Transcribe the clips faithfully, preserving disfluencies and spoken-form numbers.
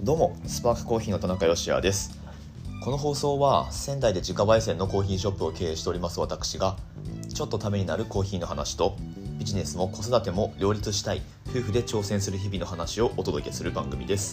どうも、スパークコーヒーの田中芳也です。この放送は仙台で自家焙煎のコーヒーショップを経営しております私が、ちょっとためになるコーヒーの話と、ビジネスも子育ても両立したい夫婦で挑戦する日々の話をお届けする番組です。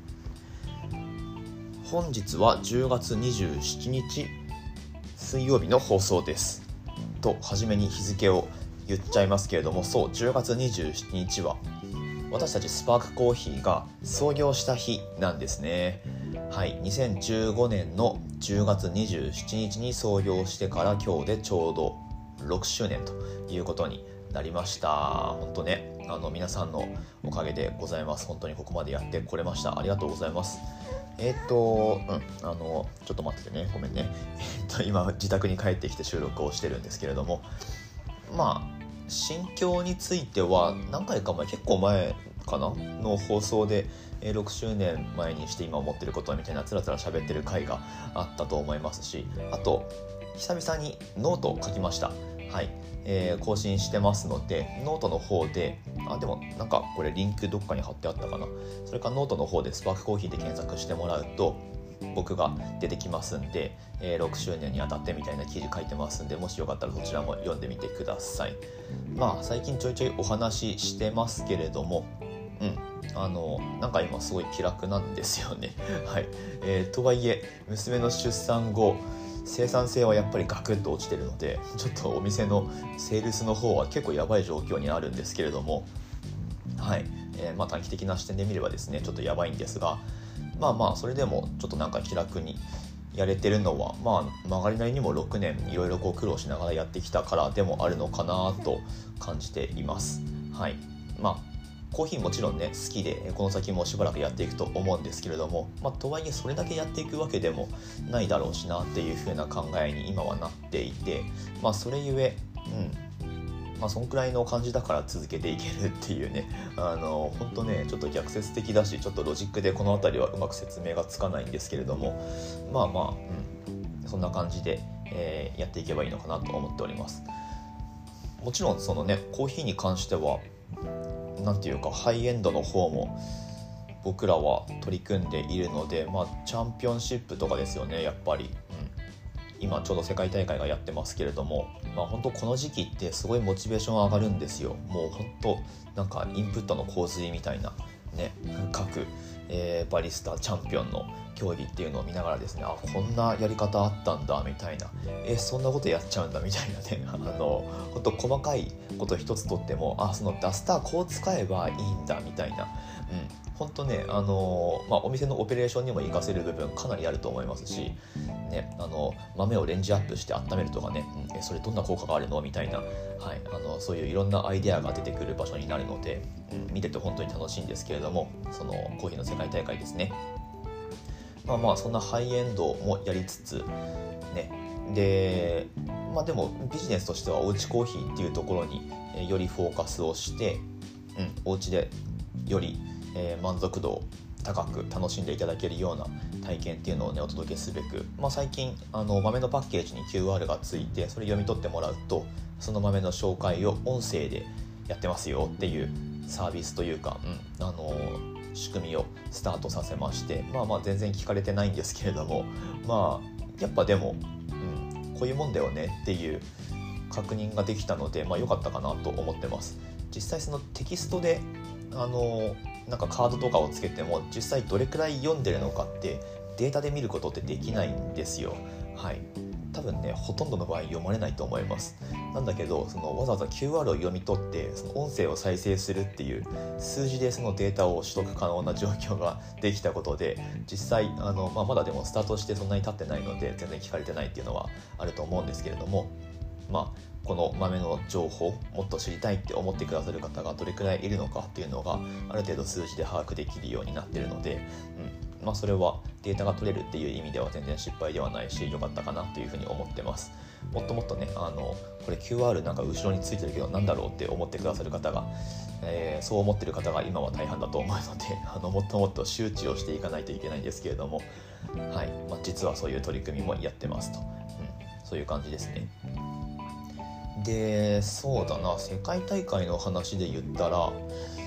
本日はじゅうがつにじゅうしちにち水曜日の放送です。と初めに日付を言っちゃいますけれども、そうじゅうがつにじゅうしちにちは私たちスパークコーヒーが創業した日なんですね。はい、にせんじゅうごねんのじゅうがつにじゅうしちにちに創業してから今日でちょうどろくしゅうねんということになりました。本当ね、あの皆さんのおかげでございます。本当にここまでやってこれました。ありがとうございます。えー、っと、うん、あのちょっと待っててね、ごめんね。えー、っと今自宅に帰ってきて収録をしてるんですけれども、まあ心境については何回か前、結構前かなの放送でろくしゅうねんまえにして今思ってることみたいなつらつら喋ってる回があったと思いますし、あと久々にノートを書きました。はい、えー、更新してますので、ノートの方で、あ、でもなんかこれリンクどっかに貼ってあったかな。それかノートの方でスパークコーヒーで検索してもらうと僕が出てきますんで、えー、ろくしゅうねんにあたってみたいな記事書いてますんで、もしよかったらそちらも読んでみてください。まあ最近ちょいちょいお話ししてますけれども、うんあのなんか今すごい気楽なんですよね。はい、えー、とはいえ娘の出産後生産性はやっぱりガクッと落ちてるので、ちょっとお店のセールスの方は結構やばい状況にあるんですけれども、はい、えー、まあ短期的な視点で見ればですねちょっとやばいんですが、まあまあそれでもちょっとなんか気楽にやれてるのは、まあ曲がりなりにもろくねんいろいろこう苦労しながらやってきたからでもあるのかなと感じています。はい、まあコーヒーもちろんね好きでこの先もしばらくやっていくと思うんですけれども、まあとはいえそれだけやっていくわけでもないだろうしなっていう風な考えに今はなっていて、まあそれゆえうんまあそんくらいの感じだから続けていけるっていうね、あの本当ねちょっと逆説的だし、ちょっとロジックでこの辺りはうまく説明がつかないんですけれども、まあまあ、うん、そんな感じで、えー、やっていけばいいのかなと思っております。もちろんそのねコーヒーに関してはなんていうかハイエンドの方も僕らは取り組んでいるので、まあチャンピオンシップとかですよね、やっぱり。今ちょうど世界大会がやってますけれども、まあ本当この時期ってすごいモチベーション上がるんですよ。もう本当なんかインプットの洪水みたいなね、各、えー、バリスタチャンピオンの競技っていうのを見ながらですね、あ、こんなやり方あったんだみたいな、えそんなことやっちゃうんだみたいなね、あの本当細かいこと一つとっても、あ、そのダスターこう使えばいいんだみたいな、うん、本当ね、あのまあお店のオペレーションにも活かせる部分かなりあると思いますし。ね、あの豆をレンジアップして温めるとかね、うん、えそれどんな効果があるのみたいな、はい、あのそういういろんなアイデアが出てくる場所になるので、うん、見てて本当に楽しいんですけれども、そのコーヒーの世界大会ですね。まあまあそんなハイエンドもやりつつね、でまあでもビジネスとしてはおうちコーヒーっていうところに、えよりフォーカスをして、うん、おうちでより、えー、満足度を高く楽しんでいただけるような体験っていうのをねお届けすべく、まあ、最近あの豆のパッケージに キューアール がついて、それ読み取ってもらうとその豆の紹介を音声でやってますよっていうサービスというか、うん、あの仕組みをスタートさせまして、まあまあ全然聞かれてないんですけれども、まあやっぱでも、うん、こういうもんだよねっていう確認ができたので、まあ良かったかなと思ってます。実際そのテキストであのなんかカードとかをつけても実際どれくらい読んでるのかってデータで見ることってできないんですよ。はい、多分ねほとんどの場合読まれないと思います。なんだけどそのわざわざ キューアール を読み取ってその音声を再生するっていう数字でそのデータを取得可能な状況ができたことで、実際あの、まあ、まだでもスタートしてそんなに経ってないので全然聞かれてないっていうのはあると思うんですけれども、まあこの豆の情報もっと知りたいって思ってくださる方がどれくらいいるのかっていうのがある程度数字で把握できるようになっているので、うんまあ、それはデータが取れるっていう意味では全然失敗ではないし良かったかなというふうに思ってます。もっともっとねあのこれ キューアール なんか後ろについてるけどなんだろうって思ってくださる方が、えー、そう思ってる方が今は大半だと思うので、あのもっともっと周知をしていかないといけないんですけれども、はいまあ、実はそういう取り組みもやってますと、うん、そういう感じですね。でそうだな世界大会の話で言ったら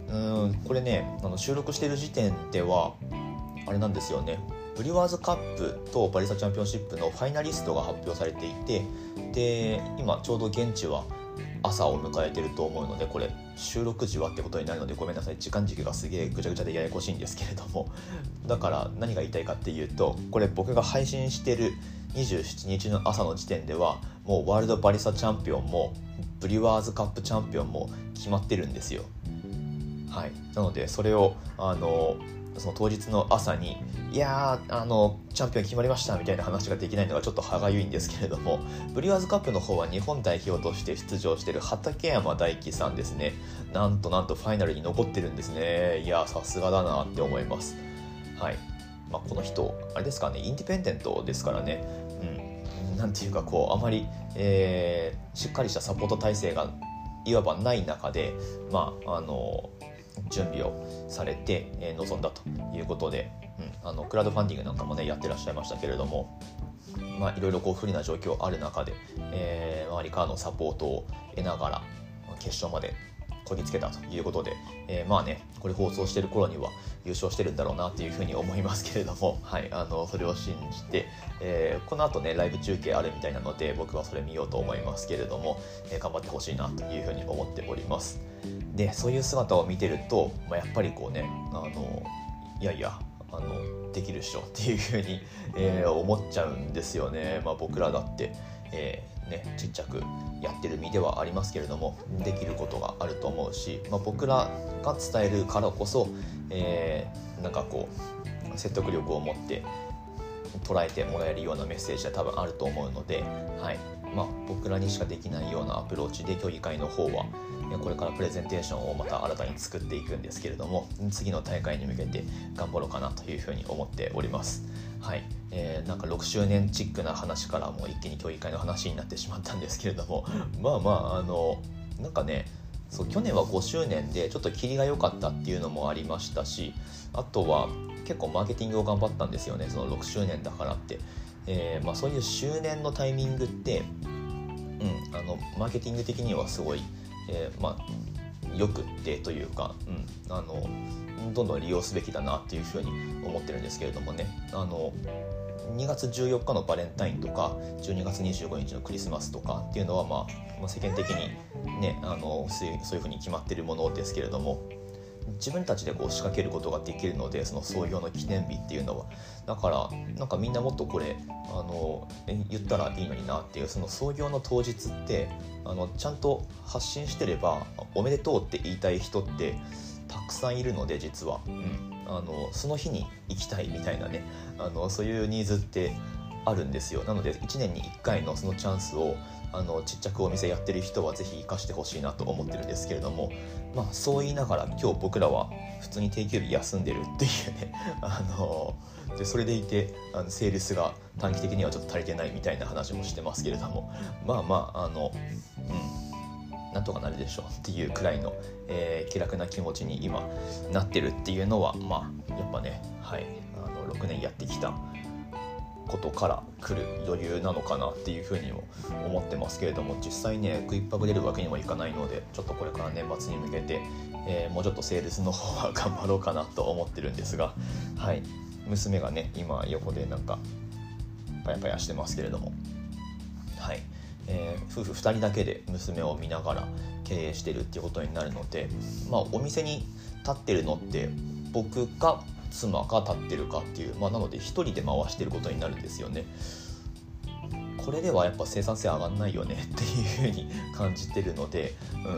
うんこれねあの収録している時点ではあれなんですよね。ブリュワーズカップとバリスタチャンピオンシップのファイナリストが発表されていて、で今ちょうど現地は朝を迎えてると思うので、これ収録時はってことになるのでごめんなさい、時間軸がすげえぐちゃぐちゃでややこしいんですけれども、だから何が言いたいかっていうと、これ僕が配信してるにじゅうしちにちの朝の時点ではもうワールドバリスタチャンピオンもブリュワーズカップチャンピオンも決まってるんですよ。はい、なのでそれをあのその当日の朝にいやーあのチャンピオン決まりましたみたいな話ができないのがちょっと歯がゆいんですけれども、ブリュワーズカップの方は日本代表として出場している畠山大輝さんですね。なんとなんとファイナルに残ってるんですね。いやさすがだなって思います。はい、まあ、この人あれですかね、インディペンデントですからね、うん、なんていうかこうあまり、えー、しっかりしたサポート体制がいわばない中で、まああの準備をされて、えー、臨んだということで、うん、あのクラウドファンディングなんかもねやってらっしゃいましたけれども、まあいろいろこう不利な状況ある中で、えー、周りからのサポートを得ながら決勝までこぎつけたということで、えー、まあねこれ放送してる頃には優勝してるんだろうなっていうふうに思いますけれども、はい、あのそれを信じて、えー、この後ねライブ中継あるみたいなので僕はそれ見ようと思いますけれども、えー、頑張ってほしいなというふうに思っております。でそういう姿を見てると、まあ、やっぱりこうねあのいやいやあのできるっしょっていうふうに、えー、思っちゃうんですよね。まあ、僕らだって、えーね、ちっちゃくやってる身ではありますけれどもできることがあると思うし、まあ、僕らが伝えるからこそ、えー、なんかこう説得力を持って捉えてもらえるようなメッセージは多分あると思うので、はいまあ、僕らにしかできないようなアプローチで競技会の方はこれからプレゼンテーションをまた新たに作っていくんですけれども、次の大会に向けて頑張ろうかなというふうに思っております。はい、えー、なんかろくしゅうねんチックな話からもう一気に競技会の話になってしまったんですけれどもまあまああのなんかねそう去年はごしゅうねんでちょっと切りが良かったっていうのもありましたし、あとは結構マーケティングを頑張ったんですよね、そのろくしゅうねんだからって、えーまあ、そういう周年のタイミングって、うん、あのマーケティング的にはすごいえー、まあよくってというか、うん、あのどんどん利用すべきだなっていうふうに思ってるんですけれどもね、あのにがつじゅうよっかのバレンタインとかじゅうにがつにじゅうごにちのクリスマスとかっていうのは、まあ、まあ世間的にねあのそういう、そういうふうに決まってるものですけれども、自分たちでこう仕掛けることができるので、その創業の記念日っていうのはだからなんかみんなもっとこれあの言ったらいいのになっていう、その創業の当日ってあのちゃんと発信してればおめでとうって言いたい人ってたくさんいるので、実は、うん、あのその日に行きたいみたいなねあのそういうニーズってあるんですよ。なのでいちねんにいっかいのそのチャンスをあのちっちゃくお店やってる人はぜひ生かしてほしいなと思ってるんですけれども、まあそう言いながら今日僕らは普通に定休日休んでるっていうねあのでそれでいてあのセールスが短期的にはちょっと足りてないみたいな話もしてますけれども、まあまああのうんなんとかなるでしょうっていうくらいの、えー、気楽な気持ちに今なってるっていうのは、まあやっぱね、はい、あのろくねんやってきたことから来る余裕なのかなっていうふうにも思ってますけれども、実際ね食いっぱぐれるわけにもいかないので、ちょっとこれから年末に向けて、えー、もうちょっとセールスの方は頑張ろうかなと思ってるんですが、はい、娘がね今横でなんかパヤパヤしてますけれども、はい、えー、夫婦ふたりだけで娘を見ながら経営してるっていうことになるので、まあお店に立ってるのって僕か妻が立ってるかっていう、まあ、なので一人で回してることになるんですよね。これではやっぱ生産性上がんないよねっていうふうに感じてるので、うん、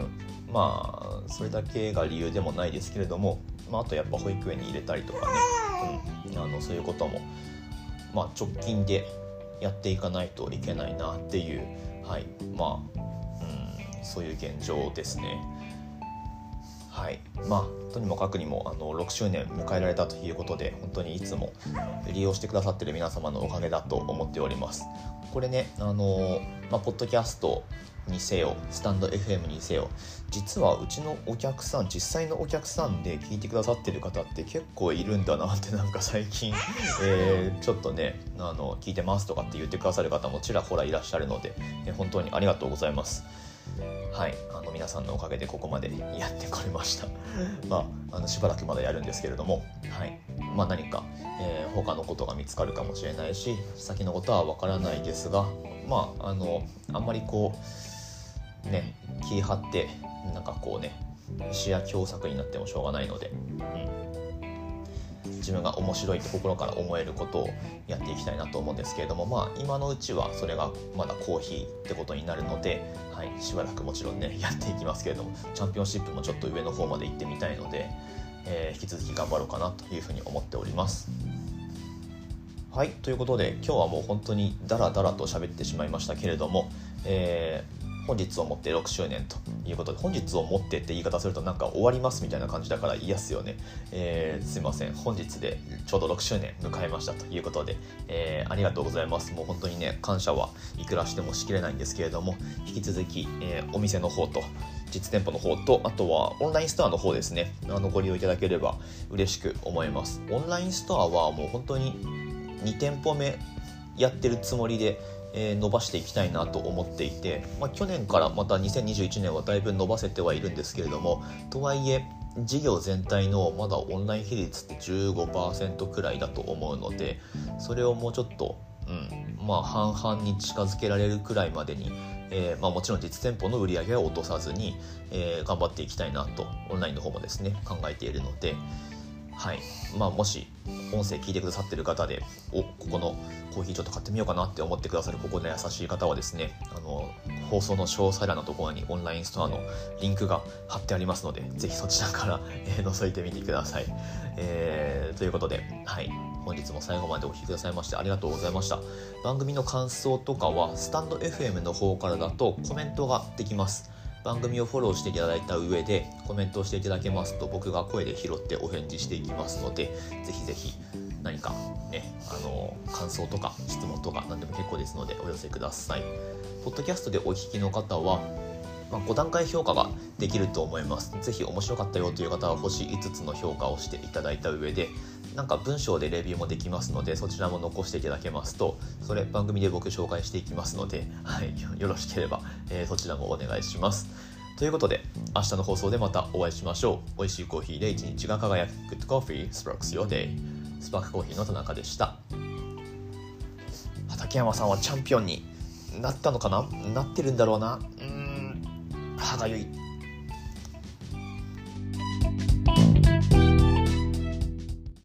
まあそれだけが理由でもないですけれども、まあ、あとやっぱ保育園に入れたりとかね、うん、あのそういうことも、まあ、直近でやっていかないといけないなっていう、はい、まあ、うん、そういう現状ですね。はい、まあとにもかくにもあのろくしゅうねん迎えられたということで、本当にいつも利用してくださっている皆様のおかげだと思っております。これね、あのまあ、ポッドキャストにせよスタンド エフエム にせよ、実はうちのお客さん、実際のお客さんで聞いてくださってる方って結構いるんだなって、なんか最近、えー、ちょっとねあの聞いてますとかって言ってくださる方もちらほらいらっしゃるので、え本当にありがとうございます。 はい、あの皆さんのおかげでここまでやってこれましたまあ、あのしばらくまだやるんですけれども、はいまあ、何か、えー、他のことが見つかるかもしれないし、先のことはわからないですが、まああのあんまりこうね気張ってなんかこうね視野狭窄になってもしょうがないので、うん、自分が面白いって心から思えることをやっていきたいなと思うんですけれども、まあ今のうちはそれがまだコーヒーってことになるので、はい、しばらくもちろんねやっていきますけれども、チャンピオンシップもちょっと上の方まで行ってみたいので、えー、引き続き頑張ろうかなというふうに思っております。はい、ということで今日はもう本当にダラダラと喋ってしまいましたけれども、えー本日をもってろくしゅうねんということで、本日をもってって言い方するとなんか終わりますみたいな感じだから嫌っすよね、えー、すいません、本日でちょうどろくしゅうねん迎えましたということで、えー、ありがとうございます。もう本当にね感謝はいくらしてもしきれないんですけれども、引き続き、えー、お店の方と実店舗の方と、あとはオンラインストアの方ですね、あのご利用いただければ嬉しく思います。オンラインストアはもう本当にに店舗目やってるつもりでえー、伸ばしていきたいなと思っていて、まあ、去年からまたにせんにじゅういちねんはだいぶ伸ばせてはいるんですけれども、とはいえ事業全体のまだオンライン比率って じゅうごパーセント くらいだと思うので、それをもうちょっと、うんまあ、半々に近づけられるくらいまでに、えーまあ、もちろん実店舗の売り上げは落とさずに、えー、頑張っていきたいなとオンラインの方もですね考えているので、はいまあ、もし音声聞いてくださってる方で、おここのコーヒーちょっと買ってみようかなって思ってくださるここで優しい方はですね、あの放送の詳細欄のところにオンラインストアのリンクが貼ってありますので、ぜひそちらから、えー、覗いてみてください、えー、ということで、はい、本日も最後までお聞きくださいましてありがとうございました。番組の感想とかはスタンド エフエム の方からだとコメントができます。番組をフォローしていただいた上でコメントをしていただけますと、僕が声で拾ってお返事していきますので、ぜひぜひ何かね、あの感想とか質問とか何でも結構ですのでお寄せください。ポッドキャストでお聞きの方は、まあ、ご段階評価ができると思います。ぜひ面白かったよという方は星いつつの評価をしていただいた上で、なんか文章でレビューもできますので、そちらも残していただけますと、それ番組で僕紹介していきますので、はい、よろしければ、えー、そちらもお願いします。ということで、明日の放送でまたお会いしましょう。美味しいコーヒーで一日が輝く Good Coffee Sparks Your Day。スパークコーヒーの田中でした。畠山さんはチャンピオンになったのかな？なってるんだろうな。うーん、歯がゆい。